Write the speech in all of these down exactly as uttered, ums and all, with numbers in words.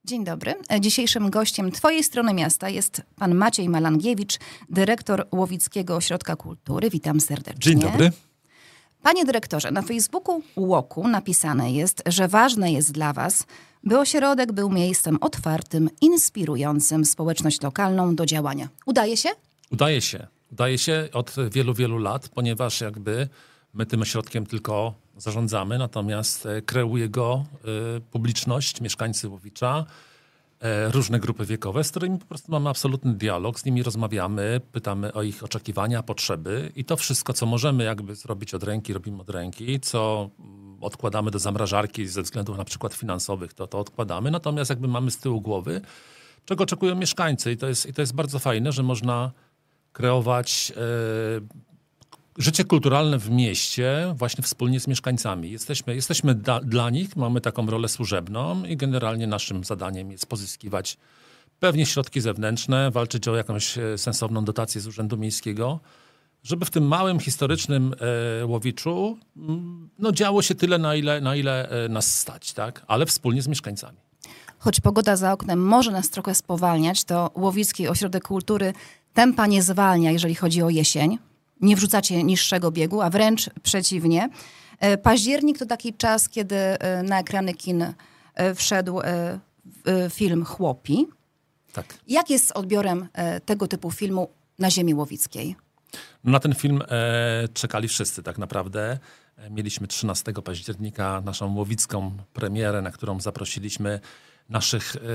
Dzień dobry. Dzisiejszym gościem Twojej strony miasta jest pan Maciej Malangiewicz, dyrektor Łowickiego Ośrodka Kultury. Witam serdecznie. Dzień dobry. Panie dyrektorze, na Facebooku łoku napisane jest, że ważne jest dla was, by ośrodek był miejscem otwartym, inspirującym społeczność lokalną do działania. Udaje się? Udaje się. Udaje się od wielu, wielu lat, ponieważ jakby my tym ośrodkiem tylko zarządzamy, natomiast kreuje go y, publiczność, mieszkańcy Łowicza, y, różne grupy wiekowe, z którymi po prostu mamy absolutny dialog, z nimi rozmawiamy, pytamy o ich oczekiwania, potrzeby i to wszystko, co możemy jakby zrobić od ręki, robimy od ręki, co odkładamy do zamrażarki ze względów na przykład finansowych, to, to odkładamy, natomiast jakby mamy z tyłu głowy, czego oczekują mieszkańcy i to jest, i to jest bardzo fajne, że można kreować y, życie kulturalne w mieście właśnie wspólnie z mieszkańcami. Jesteśmy, jesteśmy da, dla nich, mamy taką rolę służebną i generalnie naszym zadaniem jest pozyskiwać pewnie środki zewnętrzne, walczyć o jakąś sensowną dotację z Urzędu Miejskiego, żeby w tym małym, historycznym e, Łowiczu no, działo się tyle, na ile, na ile e, nas stać, tak? Ale wspólnie z mieszkańcami. Choć pogoda za oknem może nas trochę spowalniać, to Łowicki Ośrodek Kultury tempa nie zwalnia, jeżeli chodzi o jesień. Nie wrzucacie niższego biegu, a wręcz przeciwnie. Październik to taki czas, kiedy na ekrany kin wszedł film Chłopi. Tak. Jak jest z odbiorem tego typu filmu na ziemi łowickiej? Na ten film e, czekali wszyscy tak naprawdę. Mieliśmy trzynastego października naszą łowicką premierę, na którą zaprosiliśmy naszych e,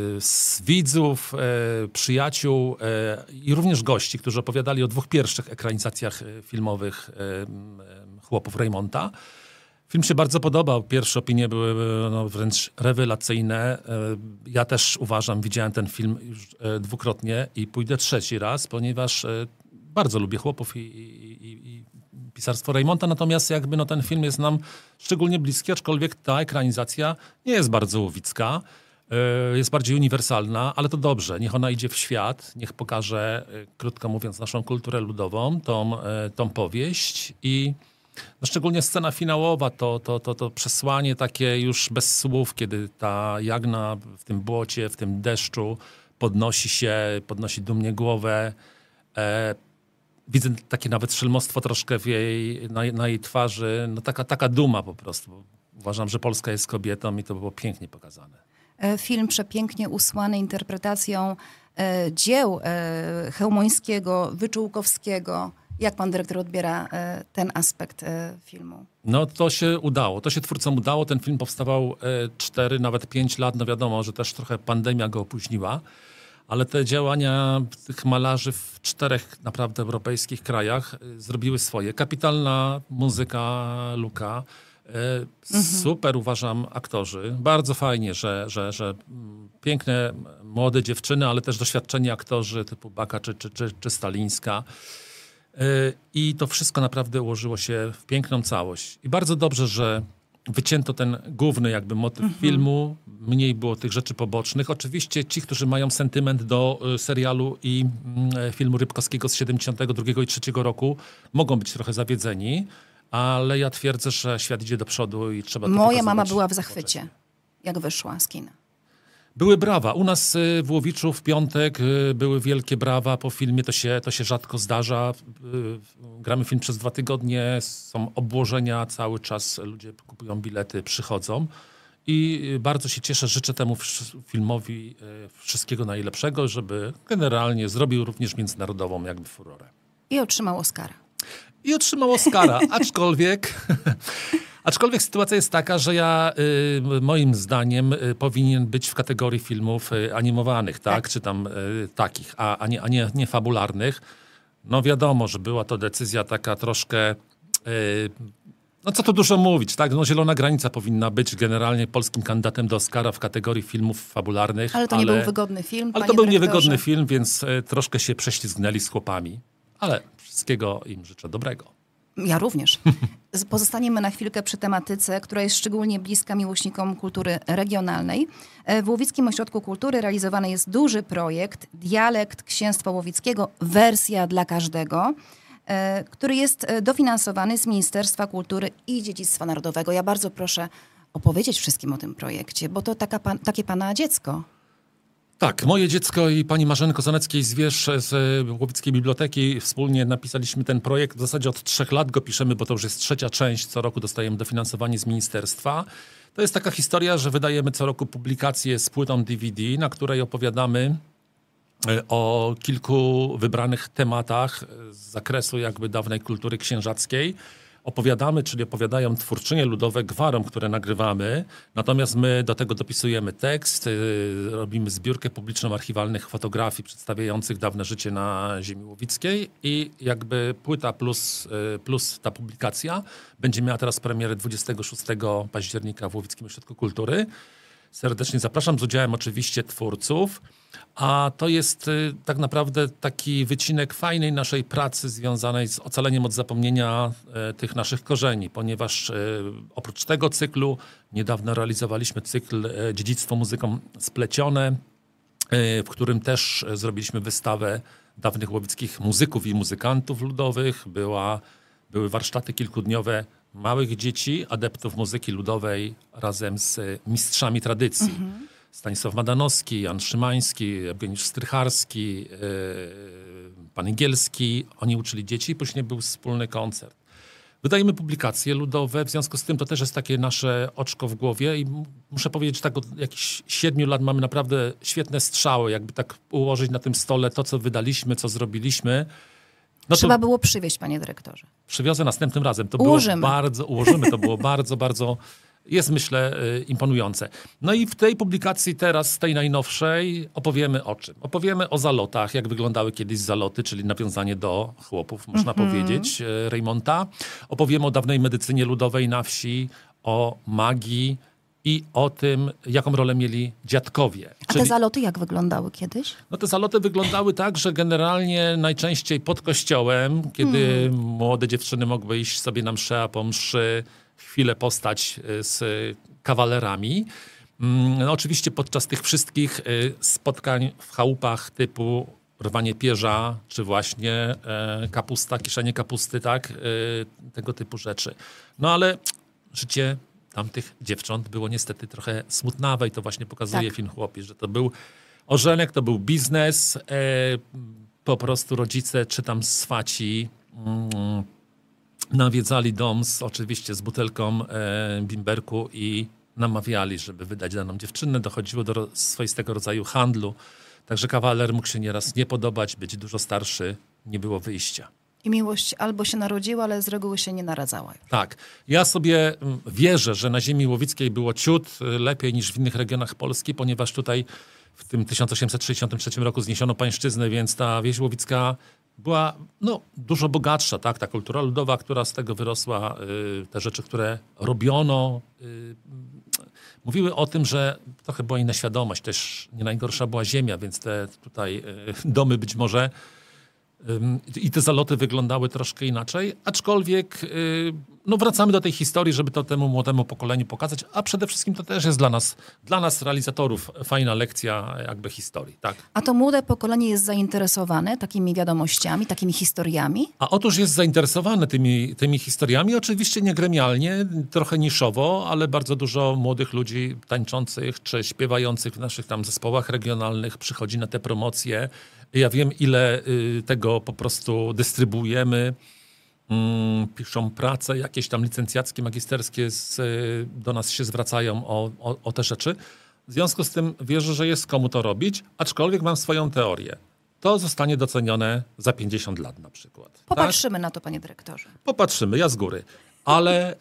widzów, e, przyjaciół e, i również gości, którzy opowiadali o dwóch pierwszych ekranizacjach filmowych e, Chłopów Rejmonta. Film się bardzo podobał. Pierwsze opinie były no, wręcz rewelacyjne. E, ja też uważam, widziałem ten film już e, dwukrotnie i pójdę trzeci raz, ponieważ e, bardzo lubię Chłopów i, i, i, i pisarstwo Rejmonta, natomiast jakby no, ten film jest nam szczególnie bliski, aczkolwiek ta ekranizacja nie jest bardzo łowicka, yy, jest bardziej uniwersalna, ale to dobrze, niech ona idzie w świat, niech pokaże, yy, krótko mówiąc, naszą kulturę ludową, tą, yy, tą powieść i no, szczególnie scena finałowa, to, to, to, to przesłanie takie już bez słów, kiedy ta Jagna w tym błocie, w tym deszczu podnosi się, podnosi dumnie głowę. E, widzę takie nawet szelmostwo troszkę w jej, na, na jej twarzy, no taka, taka duma po prostu. Uważam, że Polska jest kobietą i to było pięknie pokazane. Film przepięknie usłany interpretacją e, dzieł e, Chełmońskiego, Wyczółkowskiego. Jak pan dyrektor odbiera e, ten aspekt e, filmu? No to się udało, to się twórcom udało. Ten film powstawał e, cztery, nawet pięć lat. No wiadomo, że też trochę pandemia go opóźniła. Ale te działania tych malarzy w czterech naprawdę europejskich krajach zrobiły swoje. Kapitalna muzyka Luka, mhm. super uważam aktorzy. Bardzo fajnie, że, że, że piękne młode dziewczyny, ale też doświadczeni aktorzy typu Baka czy, czy, czy, czy Stalińska. I to wszystko naprawdę ułożyło się w piękną całość. I bardzo dobrze, że wycięto ten główny jakby motyw mhm. filmu, mniej było tych rzeczy pobocznych. Oczywiście ci, którzy mają sentyment do y, serialu i y, filmu Rybkowskiego z siedemdziesiątego drugiego i trzeciego roku, mogą być trochę zawiedzeni, ale ja twierdzę, że świat idzie do przodu i trzeba to Moja pokazywać. mama była w zachwycie, jak wyszła z kina. Były brawa. U nas w Łowiczu w piątek były wielkie brawa po filmie. To się, to się rzadko zdarza. Gramy film przez dwa tygodnie. Są obłożenia cały czas. Ludzie kupują bilety, przychodzą. I bardzo się cieszę. Życzę temu filmowi wszystkiego najlepszego, żeby generalnie zrobił również międzynarodową jakby furorę. I otrzymał Oscara. I otrzymał Oscara, aczkolwiek... Aczkolwiek sytuacja jest taka, że ja y, moim zdaniem y, powinien być w kategorii filmów y, animowanych, tak? tak? Czy tam y, takich, a, a, nie, a nie, nie fabularnych. No wiadomo, że była to decyzja taka troszkę, y, no co tu dużo mówić, tak? No Zielona Granica powinna być generalnie polskim kandydatem do Oscara w kategorii filmów fabularnych. Ale to nie ale, był wygodny film, Ale to był dyrektorze. Niewygodny film, więc y, troszkę się prześlizgnęli z chłopami. Ale wszystkiego im życzę dobrego. Ja również. Pozostaniemy na chwilkę przy tematyce, która jest szczególnie bliska miłośnikom kultury regionalnej. W Łowickim Ośrodku Kultury realizowany jest duży projekt Dialekt Księstwa Łowickiego, wersja dla każdego, który jest dofinansowany z Ministerstwa Kultury i Dziedzictwa Narodowego. Ja bardzo proszę opowiedzieć wszystkim o tym projekcie, bo to taka pan, takie pana dziecko. Tak, moje dziecko i pani Marzeny Kozaneckiej-Zwierz z Łowickiej Biblioteki wspólnie napisaliśmy ten projekt. W zasadzie od trzech lat go piszemy, bo to już jest trzecia część. Co roku dostajemy dofinansowanie z ministerstwa. To jest taka historia, że wydajemy co roku publikację z płytą D V D, na której opowiadamy o kilku wybranych tematach z zakresu jakby dawnej kultury księżackiej. Opowiadamy, czyli opowiadają twórczynie ludowe gwarom, które nagrywamy, natomiast my do tego dopisujemy tekst, yy, robimy zbiórkę publiczną archiwalnych fotografii przedstawiających dawne życie na ziemi łowickiej i jakby płyta plus, yy, plus ta publikacja będzie miała teraz premierę dwudziestego szóstego października w Łowickim Ośrodku Kultury. Serdecznie zapraszam, z udziałem oczywiście twórców, a to jest y, tak naprawdę taki wycinek fajnej naszej pracy związanej z ocaleniem od zapomnienia y, tych naszych korzeni, ponieważ y, oprócz tego cyklu niedawno realizowaliśmy cykl y, Dziedzictwo muzyką splecione, y, w którym też y, zrobiliśmy wystawę dawnych łowickich muzyków i muzykantów ludowych. Była, były warsztaty kilkudniowe małych dzieci, adeptów muzyki ludowej razem z mistrzami tradycji. Mhm. Stanisław Madanowski, Jan Szymański, Eugeniusz Strycharski, yy, pan Igielski. Oni uczyli dzieci i później był wspólny koncert. Wydajemy publikacje ludowe, w związku z tym to też jest takie nasze oczko w głowie i muszę powiedzieć, że tak od jakichś siedmiu lat mamy naprawdę świetne strzały, jakby tak ułożyć na tym stole to, co wydaliśmy, co zrobiliśmy. No Trzeba było przywieźć, panie dyrektorze. Przywiozę następnym razem. To ułożymy. Było bardzo, ułożymy. To było bardzo, bardzo, jest myślę imponujące. No i w tej publikacji teraz, tej najnowszej, opowiemy o czym? Opowiemy o zalotach, jak wyglądały kiedyś zaloty, czyli nawiązanie do chłopów, można mm-hmm. powiedzieć, Rejmonta. Opowiemy o dawnej medycynie ludowej na wsi, o magii i o tym, jaką rolę mieli dziadkowie. A Czyli, te zaloty jak wyglądały kiedyś? No te zaloty wyglądały tak, że generalnie najczęściej pod kościołem, kiedy hmm. młode dziewczyny mogły iść sobie na mszę, a po mszy chwilę postać z kawalerami. No oczywiście podczas tych wszystkich spotkań w chałupach typu rwanie pierza, czy właśnie kapusta, kiszenie kapusty, tak, tego typu rzeczy. No ale życie tamtych dziewcząt było niestety trochę smutnawe i to właśnie pokazuje tak. film Chłopi, że to był ożenek, to był biznes, e, po prostu rodzice czy tam swaci mm, nawiedzali dom z, oczywiście z butelką e, bimberku i namawiali, żeby wydać daną dziewczynę. Dochodziło do ro, swoistego rodzaju handlu, także kawaler mógł się nieraz nie podobać, być dużo starszy, nie było wyjścia. I miłość albo się narodziła, ale z reguły się nie naradzała. Już. Tak. Ja sobie wierzę, że na ziemi łowickiej było ciut lepiej niż w innych regionach Polski, ponieważ tutaj w tym tysiąc osiemset sześćdziesiątym trzecim roku zniesiono pańszczyznę, więc ta wieś łowicka była no, dużo bogatsza. Tak? Ta kultura ludowa, która z tego wyrosła, yy, te rzeczy, które robiono, yy, mówiły o tym, że trochę była inna świadomość. Też nie najgorsza była ziemia, więc te tutaj yy, domy być może i te zaloty wyglądały troszkę inaczej, aczkolwiek no wracamy do tej historii, żeby to temu młodemu pokoleniu pokazać, a przede wszystkim to też jest dla nas, dla nas realizatorów fajna lekcja jakby historii. Tak. A to młode pokolenie jest zainteresowane takimi wiadomościami, takimi historiami? A otóż jest zainteresowane tymi, tymi historiami, oczywiście nie gremialnie, trochę niszowo, ale bardzo dużo młodych ludzi tańczących czy śpiewających w naszych tam zespołach regionalnych przychodzi na te promocje. Ja wiem, ile y, tego po prostu dystrybuujemy. Mm, piszą prace jakieś tam licencjackie, magisterskie, z, y, do nas się zwracają o, o, o te rzeczy. W związku z tym wierzę, że jest komu to robić, aczkolwiek mam swoją teorię. To zostanie docenione za pięćdziesiąt lat na przykład. Popatrzymy tak? na to, panie dyrektorze. Popatrzymy, ja z góry. Ale,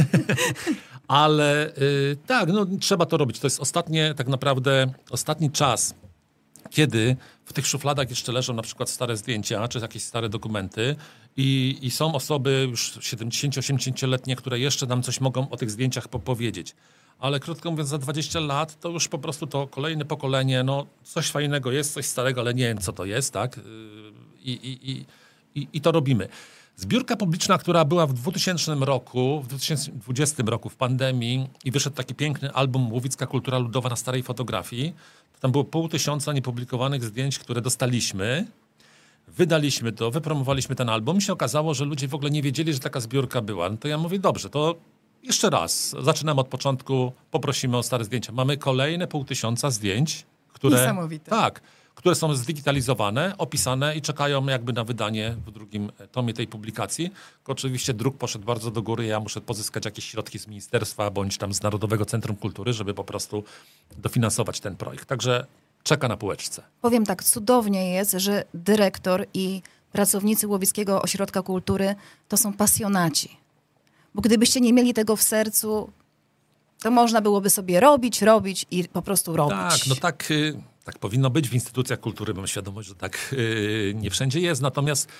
ale y, tak, no, trzeba to robić. To jest ostatnie, tak naprawdę ostatni czas, kiedy w tych szufladach jeszcze leżą na przykład stare zdjęcia, czy jakieś stare dokumenty i, i są osoby już siedemdziesięcio-osiemdziesięcioletnie, które jeszcze nam coś mogą o tych zdjęciach popowiedzieć. Ale krótko mówiąc, za dwadzieścia lat to już po prostu to kolejne pokolenie, no coś fajnego jest, coś starego, ale nie wiem, co to jest, tak? I, i, i, i, i to robimy. Zbiórka publiczna, która była w dwutysięcznym roku, w dwa tysiące dwudziestym roku w pandemii i wyszedł taki piękny album Łowicka Kultura Ludowa na starej fotografii. To tam było pół tysiąca niepublikowanych zdjęć, które dostaliśmy. Wydaliśmy to, wypromowaliśmy ten album i się okazało, że ludzie w ogóle nie wiedzieli, że taka zbiórka była. No to ja mówię, dobrze, to Jeszcze raz, zaczynamy od początku, poprosimy o stare zdjęcia. Mamy kolejne pół tysiąca zdjęć, które, Niesamowite. tak, które są zdigitalizowane, opisane i czekają jakby na wydanie w drugim tomie tej publikacji. Oczywiście druk poszedł bardzo do góry, ja muszę pozyskać jakieś środki z ministerstwa bądź tam z Narodowego Centrum Kultury, żeby po prostu dofinansować ten projekt. Także czeka na półeczce. Powiem tak, cudownie jest, że dyrektor i pracownicy Łowickiego Ośrodka Kultury to są pasjonaci. Bo gdybyście nie mieli tego w sercu, to można byłoby sobie robić, robić i po prostu robić. Tak, no tak, y, tak powinno być w instytucjach kultury. Mam świadomość, że tak y, nie wszędzie jest. Natomiast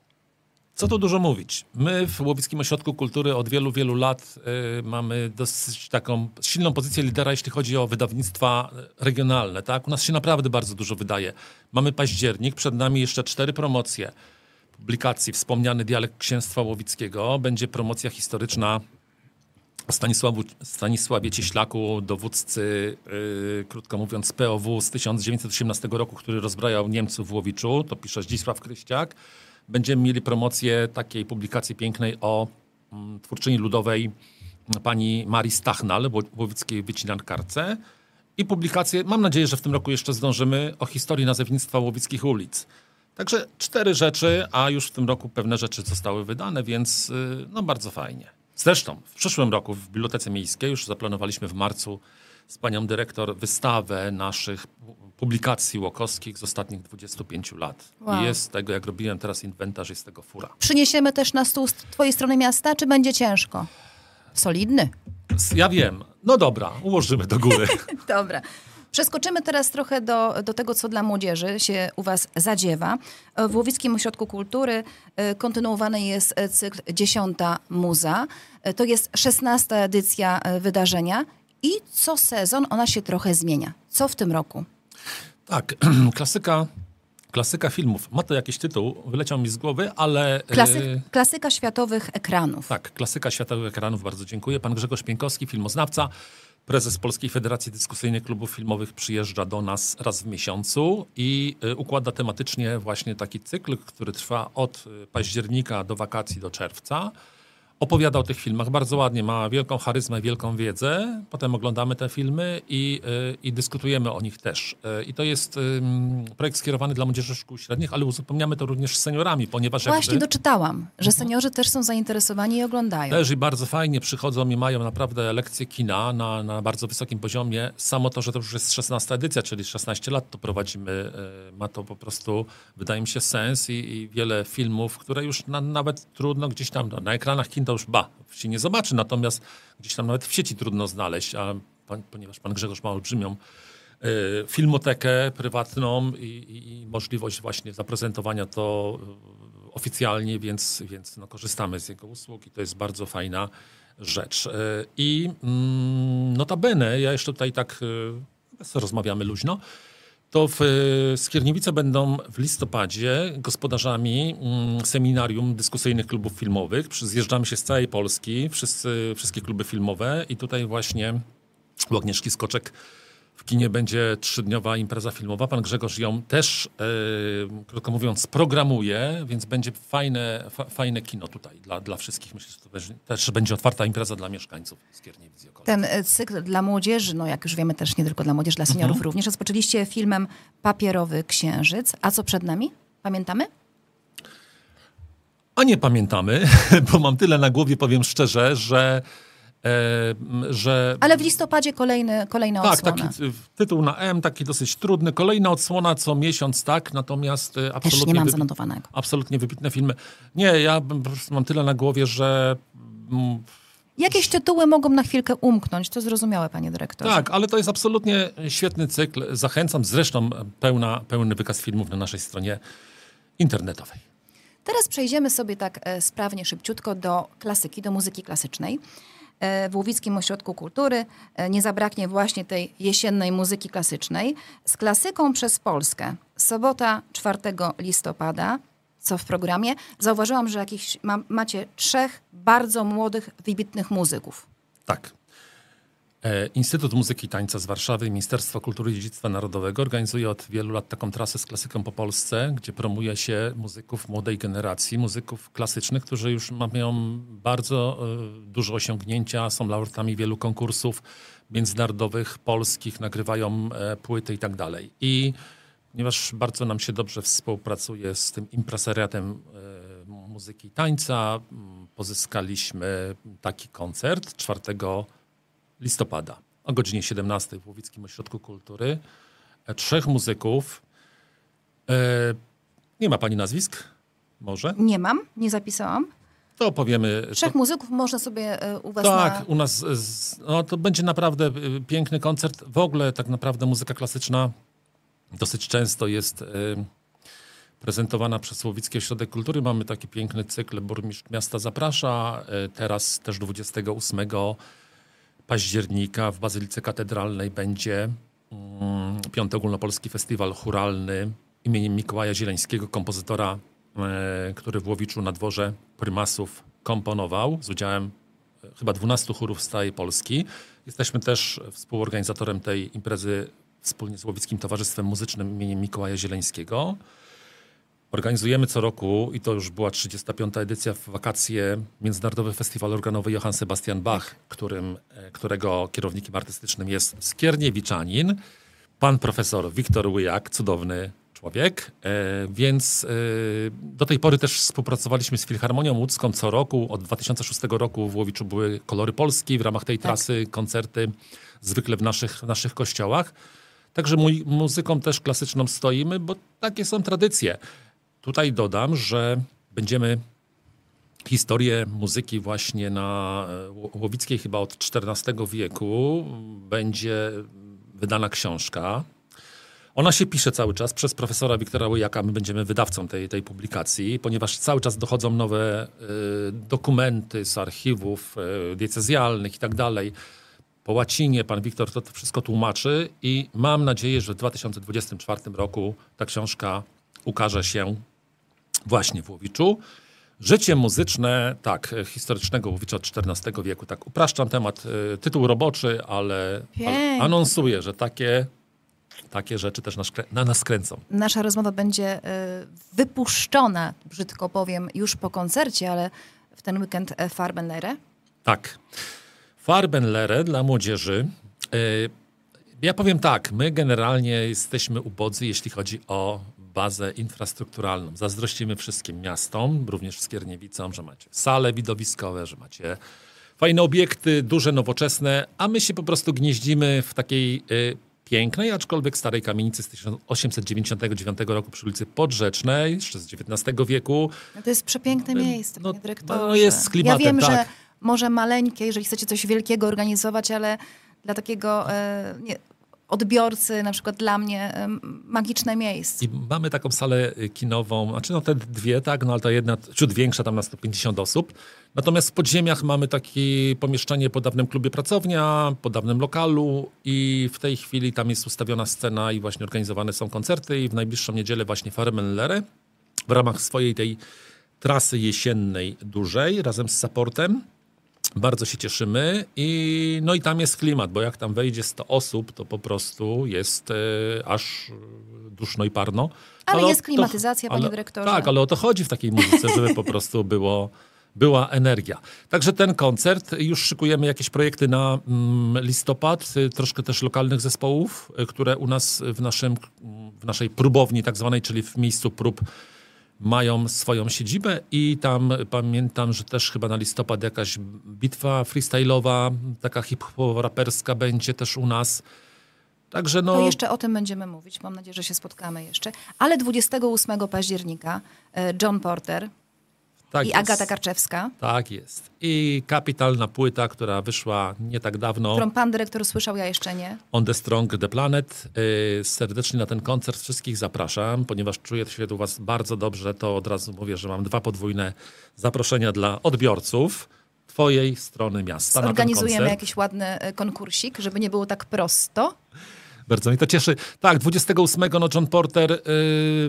co tu dużo mówić? My w Łowickim Ośrodku Kultury od wielu, wielu lat y, mamy dosyć taką silną pozycję lidera, jeśli chodzi o wydawnictwa regionalne. Tak? U nas się naprawdę bardzo dużo wydaje. Mamy październik, przed nami jeszcze cztery promocje publikacji. Wspomniany Dialekt Księstwa Łowickiego. Będzie promocja historyczna Stanisławu, Stanisławie Cieślaku, dowódcy, yy, krótko mówiąc, P O W z tysiąc dziewięćset osiemnastego roku, który rozbrajał Niemców w Łowiczu. To pisze Zdzisław Kryściak. Będziemy mieli promocję takiej publikacji pięknej o mm, twórczyni ludowej pani Marii Stachnal, łowickiej wycinankarce. I publikację, mam nadzieję, że w tym roku jeszcze zdążymy, o historii nazewnictwa łowickich ulic. Także cztery rzeczy, a już w tym roku pewne rzeczy zostały wydane, więc yy, no bardzo fajnie. Zresztą w przyszłym roku w Bibliotece Miejskiej już zaplanowaliśmy w marcu z panią dyrektor wystawę naszych publikacji łokowskich z ostatnich dwudziestu pięciu lat. Wow. I jest tego, jak robiłem teraz inwentarz, jest tego fura. Przyniesiemy też na stół z twojej strony miasta, czy będzie ciężko? Solidny. Ja wiem. No dobra, ułożymy do góry. Dobra. Przeskoczymy teraz trochę do, do tego, co dla młodzieży się u was zadziewa. W Łowickim Ośrodku Kultury kontynuowany jest cykl Dziesiąta Muza. To jest szesnasta edycja wydarzenia i co sezon ona się trochę zmienia. Co w tym roku? Tak, klasyka, klasyka filmów. Ma to jakiś tytuł, wyleciał mi z głowy, ale... Klasy, klasyka światowych ekranów. Tak, klasyka światowych ekranów, bardzo dziękuję. Pan Grzegorz Pienkowski, filmoznawca, prezes Polskiej Federacji Dyskusyjnych Klubów Filmowych, przyjeżdża do nas raz w miesiącu i układa tematycznie właśnie taki cykl, który trwa od października do wakacji do czerwca. Opowiada o tych filmach bardzo ładnie, ma wielką charyzmę, wielką wiedzę. Potem oglądamy te filmy i, i dyskutujemy o nich też. I to jest um, projekt skierowany dla młodzieży szkół średnich, ale uzupełniamy to również z seniorami, ponieważ... Właśnie jakby, doczytałam, że seniorzy też są zainteresowani i oglądają. Też i bardzo fajnie przychodzą i mają naprawdę lekcje kina na, na bardzo wysokim poziomie. Samo to, że to już jest szesnasta edycja, czyli szesnaście lat to prowadzimy, ma to po prostu, wydaje mi się, sens i, i wiele filmów, które już na, nawet trudno gdzieś tam no, na ekranach kin to już ba, się nie zobaczy, natomiast gdzieś tam nawet w sieci trudno znaleźć, a pan, ponieważ pan Grzegorz ma olbrzymią y, filmotekę prywatną i, i, i możliwość właśnie zaprezentowania to y, oficjalnie, więc, więc no, korzystamy z jego usług i to jest bardzo fajna rzecz. Y, I mm, notabene, ja jeszcze tutaj tak y, rozmawiamy luźno, to w Skierniewice będą w listopadzie gospodarzami mm, seminarium dyskusyjnych klubów filmowych. Zjeżdżamy się z całej Polski, wszyscy, wszystkie kluby filmowe i tutaj właśnie u Agnieszki Skoczek w kinie będzie trzydniowa impreza filmowa. Pan Grzegorz ją też, yy, krótko mówiąc, programuje, więc będzie fajne, fa, fajne kino tutaj dla, dla wszystkich. Myślę, że to też, też będzie otwarta impreza dla mieszkańców Skierniewic i okolic. Ten cykl dla młodzieży, no jak już wiemy też nie tylko dla młodzieży, dla seniorów mhm. również, rozpoczęliście filmem Papierowy Księżyc. A co przed nami? Pamiętamy? A nie pamiętamy, bo mam tyle na głowie, powiem szczerze, że E, że... Ale w listopadzie kolejny, kolejna tak, odsłona. Tak, taki tytuł na M, taki dosyć trudny. Kolejna odsłona co miesiąc, tak, natomiast absolutnie... Też nie mam wybi- zanotowanego. Absolutnie wybitne filmy. Nie, ja po prostu mam tyle na głowie, że... Mm, Jakieś tytuły mogą na chwilkę umknąć, to zrozumiałe, panie dyrektorze. tak, ale to jest absolutnie świetny cykl. Zachęcam, zresztą pełna, pełny wykaz filmów na naszej stronie internetowej. Teraz przejdziemy sobie tak e, sprawnie, szybciutko do klasyki, do muzyki klasycznej. W Łowickim Ośrodku Kultury nie zabraknie właśnie tej jesiennej muzyki klasycznej. Z klasyką przez Polskę. Sobota czwartego listopada, co w programie. Zauważyłam, że jakiś, ma, macie trzech bardzo młodych, wybitnych muzyków. Tak. Instytut Muzyki i Tańca z Warszawy i Ministerstwo Kultury i Dziedzictwa Narodowego organizuje od wielu lat taką trasę z klasyką po Polsce, gdzie promuje się muzyków młodej generacji, muzyków klasycznych, którzy już mają bardzo duże osiągnięcia, są laureatami wielu konkursów międzynarodowych, polskich, nagrywają płyty i tak dalej. I ponieważ bardzo nam się dobrze współpracuje z tym impresariatem muzyki i tańca, pozyskaliśmy taki koncert czwartego listopada o godzinie siedemnastej w Łowickim Ośrodku Kultury. Trzech muzyków. E, nie ma pani nazwisk? Może? Nie mam, nie zapisałam. To powiemy. Trzech to... muzyków można sobie u was Tak, na... u nas z, no, to będzie naprawdę piękny koncert. W ogóle tak naprawdę muzyka klasyczna dosyć często jest y, prezentowana przez Łowicki Ośrodek Kultury. Mamy taki piękny cykl Burmistrz Miasta zaprasza. Y, teraz też dwudziestego ósmego października w Bazylice Katedralnej będzie mm, Piąty Ogólnopolski Festiwal Chóralny imieniem Mikołaja Zieleńskiego, kompozytora, y, który w Łowiczu na dworze prymasów komponował z udziałem y, chyba dwunastu chórów z całej Polski. Jesteśmy też współorganizatorem tej imprezy wspólnie z Łowickim Towarzystwem Muzycznym imieniem Mikołaja Zieleńskiego. Organizujemy co roku, i to już była trzydziesta piąta edycja, w wakacje Międzynarodowy Festiwal Organowy Johann Sebastian Bach, którym, którego kierownikiem artystycznym jest Skierniewiczanin, pan profesor Wiktor Łyjak, cudowny człowiek. E, więc e, do tej pory też współpracowaliśmy z Filharmonią Łódzką co roku. Od dwa tysiące szóstego roku w Łowiczu były Kolory Polski. W ramach tej trasy tak. koncerty zwykle w naszych, w naszych kościołach. Także mu, muzyką też klasyczną stoimy, bo takie są tradycje. Tutaj dodam, że będziemy historię muzyki właśnie na Łowickiej chyba od czternastego wieku. Będzie wydana książka. Ona się pisze cały czas przez profesora Wiktora Łyjaka. My będziemy wydawcą tej, tej publikacji, ponieważ cały czas dochodzą nowe y, dokumenty z archiwów y, diecezjalnych i tak dalej. Po łacinie pan Wiktor to, to wszystko tłumaczy i mam nadzieję, że w dwa tysiące dwudziestym czwartym roku ta książka ukaże się właśnie w Łowiczu. Życie muzyczne, tak, historycznego Łowicza od czternastego wieku. Tak, upraszczam temat, y, tytuł roboczy, ale, ale anonsuję, że takie, takie rzeczy też nas, na nas kręcą. Nasza rozmowa będzie y, wypuszczona, brzydko powiem, już po koncercie, ale w ten weekend e, Farbenlehre. Tak. Farbenlehre dla młodzieży. Y, ja powiem tak, my generalnie jesteśmy ubodzy, jeśli chodzi o bazę infrastrukturalną. Zazdrościmy wszystkim miastom, również Skierniewicom, że macie sale widowiskowe, że macie fajne obiekty, duże, nowoczesne, a my się po prostu gnieździmy w takiej y, pięknej, aczkolwiek starej kamienicy z tysiąc osiemset dziewięćdziesiątego dziewiątego roku przy ulicy Podrzecznej, jeszcze z dziewiętnastego wieku. No to jest przepiękne miejsce, no, panie dyrektorze. No jest z klimatem, ja wiem, tak. że może maleńkie, jeżeli chcecie coś wielkiego organizować, ale dla takiego e, nie, odbiorcy, na przykład dla mnie, e, magiczne miejsce. I mamy taką salę kinową, znaczy no te dwie, tak, no ale ta jedna ciut większa, tam na sto pięćdziesiąt osób. Natomiast w podziemiach mamy takie pomieszczenie po dawnym klubie Pracownia, po dawnym lokalu i w tej chwili tam jest ustawiona scena i właśnie organizowane są koncerty i w najbliższą niedzielę właśnie Farbenlehre w ramach swojej tej trasy jesiennej dużej razem z supportem. Bardzo się cieszymy i no i tam jest klimat, bo jak tam wejdzie sto osób, to po prostu jest e, aż duszno i parno. Ale, ale jest to, klimatyzacja, ale, panie dyrektorze. Tak, ale o to chodzi w takiej muzyce, żeby po prostu było, była energia. Także ten koncert, już szykujemy jakieś projekty na mm, listopad, troszkę też lokalnych zespołów, które u nas w, naszym, w naszej próbowni tak zwanej, czyli w miejscu prób mają swoją siedzibę i tam pamiętam, że też chyba na listopad jakaś bitwa freestyle'owa, taka hip-hop-raperska będzie też u nas. Także no... To jeszcze o tym będziemy mówić. Mam nadzieję, że się spotkamy jeszcze. Ale dwudziestego ósmego października John Porter tak i jest. Agata Karczewska. Tak jest. I kapitalna płyta, która wyszła nie tak dawno. Którą pan dyrektor słyszał, ja jeszcze nie. On the Strong, the Planet. Yy, serdecznie na ten koncert wszystkich zapraszam, ponieważ czuję się u was bardzo dobrze, to od razu mówię, że mam dwa podwójne zaproszenia dla odbiorców twojej strony miasta. Zorganizujemy jakiś ładny konkursik, żeby nie było tak prosto. Bardzo mnie to cieszy. Tak, dwudziestego ósmego no John Porter... Yy,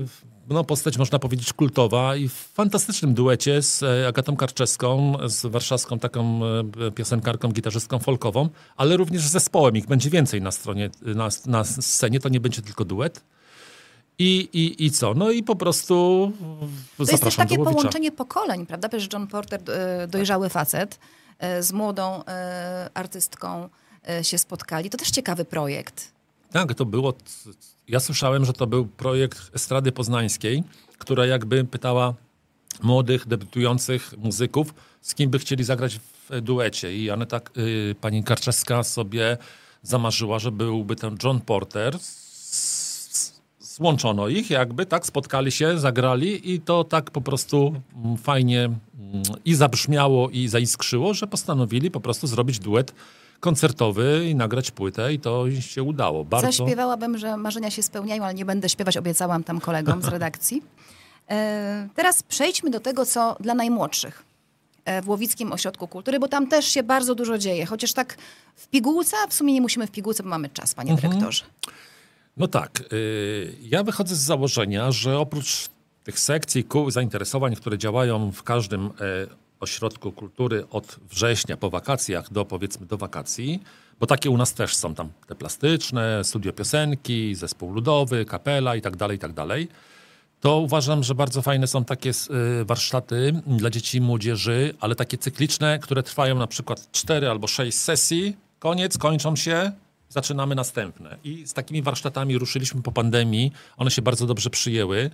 no, postać, można powiedzieć, kultowa i w fantastycznym duecie z Agatą Karczewską, z warszawską taką piosenkarką, gitarzystką folkową, ale również z zespołem. Ich będzie więcej na stronie, na, na scenie, to nie będzie tylko duet. I, i, I co? No i po prostu to zapraszam jest też takie do Łowicza. połączenie pokoleń, prawda? Przecież John Porter, dojrzały facet, z młodą artystką się spotkali. To też ciekawy projekt. Tak, to było... Ja słyszałem, że to był projekt Estrady Poznańskiej, która jakby pytała młodych, debiutujących muzyków, z kim by chcieli zagrać w duecie. I Aneta, y, pani Karczewska sobie zamarzyła, że byłby ten John Porter. Złączono ich jakby, tak, spotkali się, zagrali i to tak po prostu fajnie i zabrzmiało, i zaiskrzyło, że postanowili po prostu zrobić duet koncertowy i nagrać płytę i to się udało. Bardzo... Zaśpiewałabym, że marzenia się spełniają, ale nie będę śpiewać, obiecałam tam kolegom z redakcji. E, teraz przejdźmy do tego, co dla najmłodszych w Łowickim Ośrodku Kultury, bo tam też się bardzo dużo dzieje, chociaż tak w pigułce, a w sumie nie musimy w pigułce, bo mamy czas, panie mhm. dyrektorze. No tak, y, ja wychodzę z założenia, że oprócz tych sekcji, kół zainteresowań, które działają w każdym y, ośrodku kultury od września po wakacjach do powiedzmy do wakacji, bo takie u nas też są tam te plastyczne, studio piosenki, zespół ludowy, kapela i tak dalej, i tak dalej, to uważam, że bardzo fajne są takie y, warsztaty dla dzieci i młodzieży, ale takie cykliczne, które trwają na przykład cztery albo sześć sesji, koniec, kończą się, zaczynamy następne. I z takimi warsztatami ruszyliśmy po pandemii. One się bardzo dobrze przyjęły.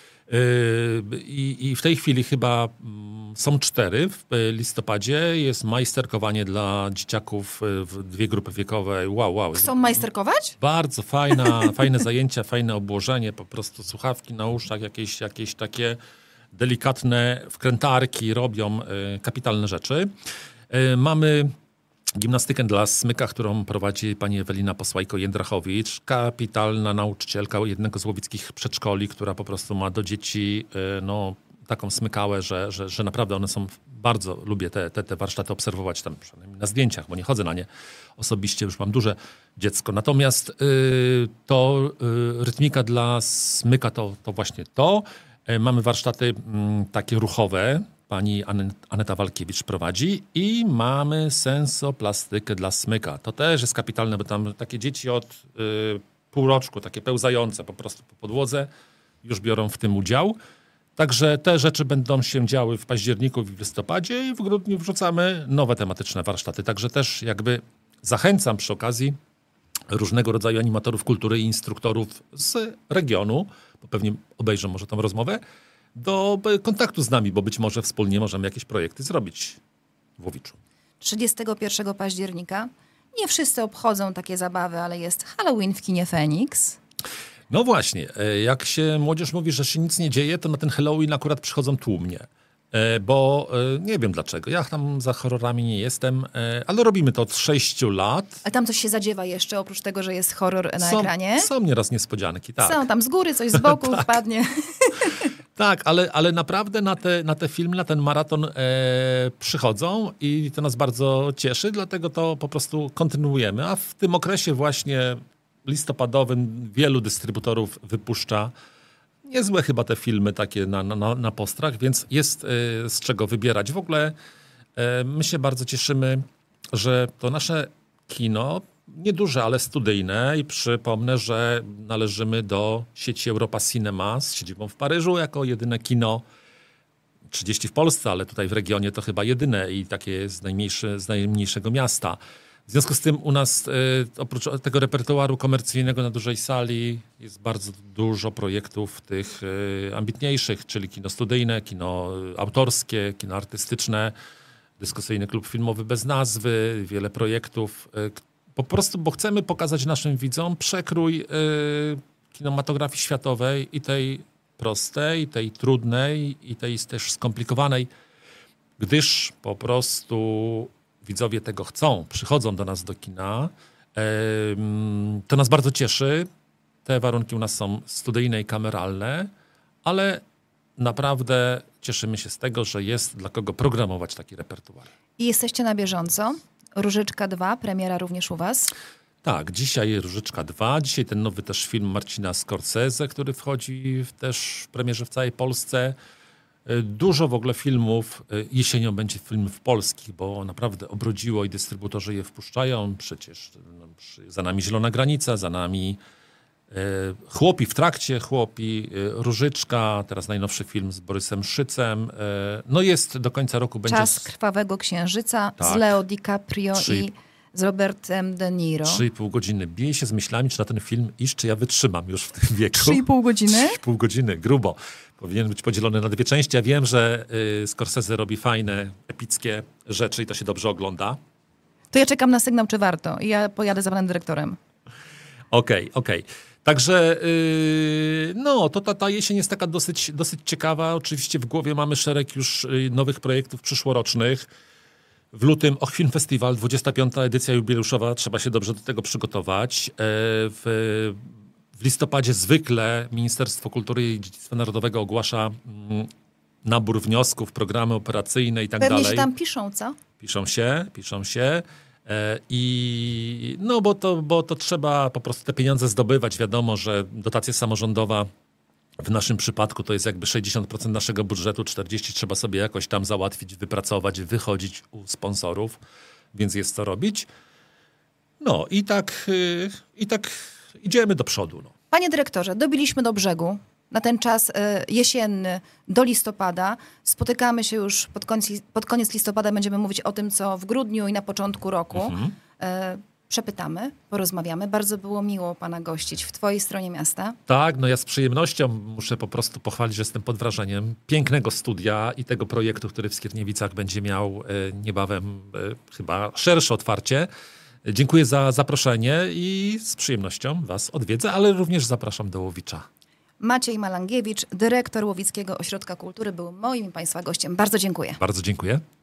I, i w tej chwili chyba są cztery w listopadzie. Jest majsterkowanie dla dzieciaków w dwie grupy wiekowe. Wow, wow. Chcą majsterkować? Bardzo fajna, fajne zajęcia, fajne obłożenie, po prostu słuchawki na uszach, jakieś, jakieś takie delikatne wkrętarki robią kapitalne rzeczy. Mamy gimnastykę dla smyka, którą prowadzi pani Ewelina Posłajko-Jędrachowicz, kapitalna nauczycielka jednego z łowickich przedszkoli, która po prostu ma do dzieci no, taką smykałę, że, że, że naprawdę one są, bardzo lubię te, te, te warsztaty obserwować tam przynajmniej na zdjęciach, bo nie chodzę na nie osobiście, już mam duże dziecko. Natomiast y, to y, rytmika dla smyka to, to właśnie to. Y, mamy warsztaty y, takie ruchowe, pani Aneta Walkiewicz prowadzi i mamy sensoplastykę dla smyka. To też jest kapitalne, bo tam takie dzieci od y, półroczku, takie pełzające po prostu po podłodze już biorą w tym udział. Także te rzeczy będą się działy w październiku i w listopadzie i w grudniu wrzucamy nowe tematyczne warsztaty. Także też jakby zachęcam przy okazji różnego rodzaju animatorów kultury i instruktorów z regionu, bo pewnie obejrzą może tą rozmowę, do kontaktu z nami, bo być może wspólnie możemy jakieś projekty zrobić w Łowiczu. trzydziestego pierwszego października. Nie wszyscy obchodzą takie zabawy, ale jest Halloween w kinie Feniks. No właśnie, jak się młodzież mówi, że się nic nie dzieje, to na ten Halloween akurat przychodzą tłumnie. Bo nie wiem dlaczego, ja tam za horrorami nie jestem, ale robimy to od sześciu lat. A tam coś się zadziewa jeszcze, oprócz tego, że jest horror na są, ekranie? Są nieraz niespodzianki, tak. Są tam z góry, coś z boku tak. wpadnie. Tak, ale, ale naprawdę na te, na te filmy, na ten maraton e, przychodzą i to nas bardzo cieszy, dlatego to po prostu kontynuujemy. A w tym okresie właśnie listopadowym wielu dystrybutorów wypuszcza niezłe chyba te filmy takie na, na, na postrach, więc jest e, z czego wybierać. W ogóle e, my się bardzo cieszymy, że to nasze kino, nieduże, ale studyjne i przypomnę, że należymy do sieci Europa Cinema z siedzibą w Paryżu jako jedyne kino, trzydzieści w Polsce, ale tutaj w regionie to chyba jedyne i takie z, najmniejszy, z najmniejszego miasta. W związku z tym u nas y, oprócz tego repertuaru komercyjnego na dużej sali jest bardzo dużo projektów tych y, ambitniejszych, czyli kino studyjne, kino autorskie, kino artystyczne, dyskusyjny klub filmowy bez nazwy, wiele projektów, y, po prostu, bo chcemy pokazać naszym widzom przekrój y, kinematografii światowej i tej prostej, i tej trudnej, i tej też skomplikowanej, gdyż po prostu widzowie tego chcą, przychodzą do nas do kina. Y, to nas bardzo cieszy. Te warunki u nas są studyjne i kameralne, ale naprawdę cieszymy się z tego, że jest dla kogo programować taki repertuar. I jesteście na bieżąco. Różyczka dwa, premiera również u was? Tak, dzisiaj Różyczka dwa, dzisiaj ten nowy też film Marcina Scorsese, który wchodzi w też w premierze w całej Polsce. Dużo w ogóle filmów, jesienią będzie filmów polskich, bo naprawdę obrodziło i dystrybutorzy je wpuszczają. Przecież no, za nami Zielona Granica, za nami e, Chłopi w trakcie, Chłopi, e, Różyczka, teraz najnowszy film z Borysem Szycem. E, no jest do końca roku będzie... Czas Krwawego Księżyca Tak. z Leo DiCaprio Trzy- i z Robertem De Niro. Trzy i pół godziny. Biję się z myślami, czy na ten film iść, czy ja wytrzymam już w tym wieku. Trzy i pół godziny? Trzy i pół godziny, grubo. Powinien być podzielony na dwie części. Ja wiem, że y, Scorsese robi fajne, epickie rzeczy i to się dobrze ogląda. To ja czekam na sygnał, czy warto. I ja pojadę za panem dyrektorem. Okej, okay, okej. Okay. Także yy, no, to ta, ta jesień jest taka dosyć, dosyć ciekawa. Oczywiście w głowie mamy szereg już y, nowych projektów przyszłorocznych. W lutym Och Film Festiwal, dwudziesta piąta edycja jubileuszowa, trzeba się dobrze do tego przygotować. E, w, w listopadzie zwykle Ministerstwo Kultury i Dziedzictwa Narodowego ogłasza mm, nabór wniosków, programy operacyjne i tak Pewnie dalej. się tam piszą, co? Piszą się, piszą się. E, I no, bo to, bo to trzeba po prostu te pieniądze zdobywać. Wiadomo, że dotacja samorządowa w naszym przypadku to jest jakby sześćdziesiąt procent naszego budżetu, czterdzieści procent trzeba sobie jakoś tam załatwić, wypracować, wychodzić u sponsorów, więc jest co robić. No i tak, yy, i tak idziemy do przodu. No. Panie dyrektorze, dobiliśmy do brzegu. Na ten czas y, jesienny do listopada. Spotykamy się już pod koniec, pod koniec listopada. Będziemy mówić o tym, co w grudniu i na początku roku. Mhm. Y, przepytamy, porozmawiamy. Bardzo było miło pana gościć w twojej stronie miasta. Tak, no ja z przyjemnością muszę po prostu pochwalić, że jestem pod wrażeniem pięknego studia i tego projektu, który w Skierniewicach będzie miał e, niebawem e, chyba szersze otwarcie. Dziękuję za zaproszenie i z przyjemnością was odwiedzę, ale również zapraszam do Łowicza. Maciej Malangiewicz, dyrektor Łowickiego Ośrodka Kultury, był moim i państwa gościem. Bardzo dziękuję. Bardzo dziękuję.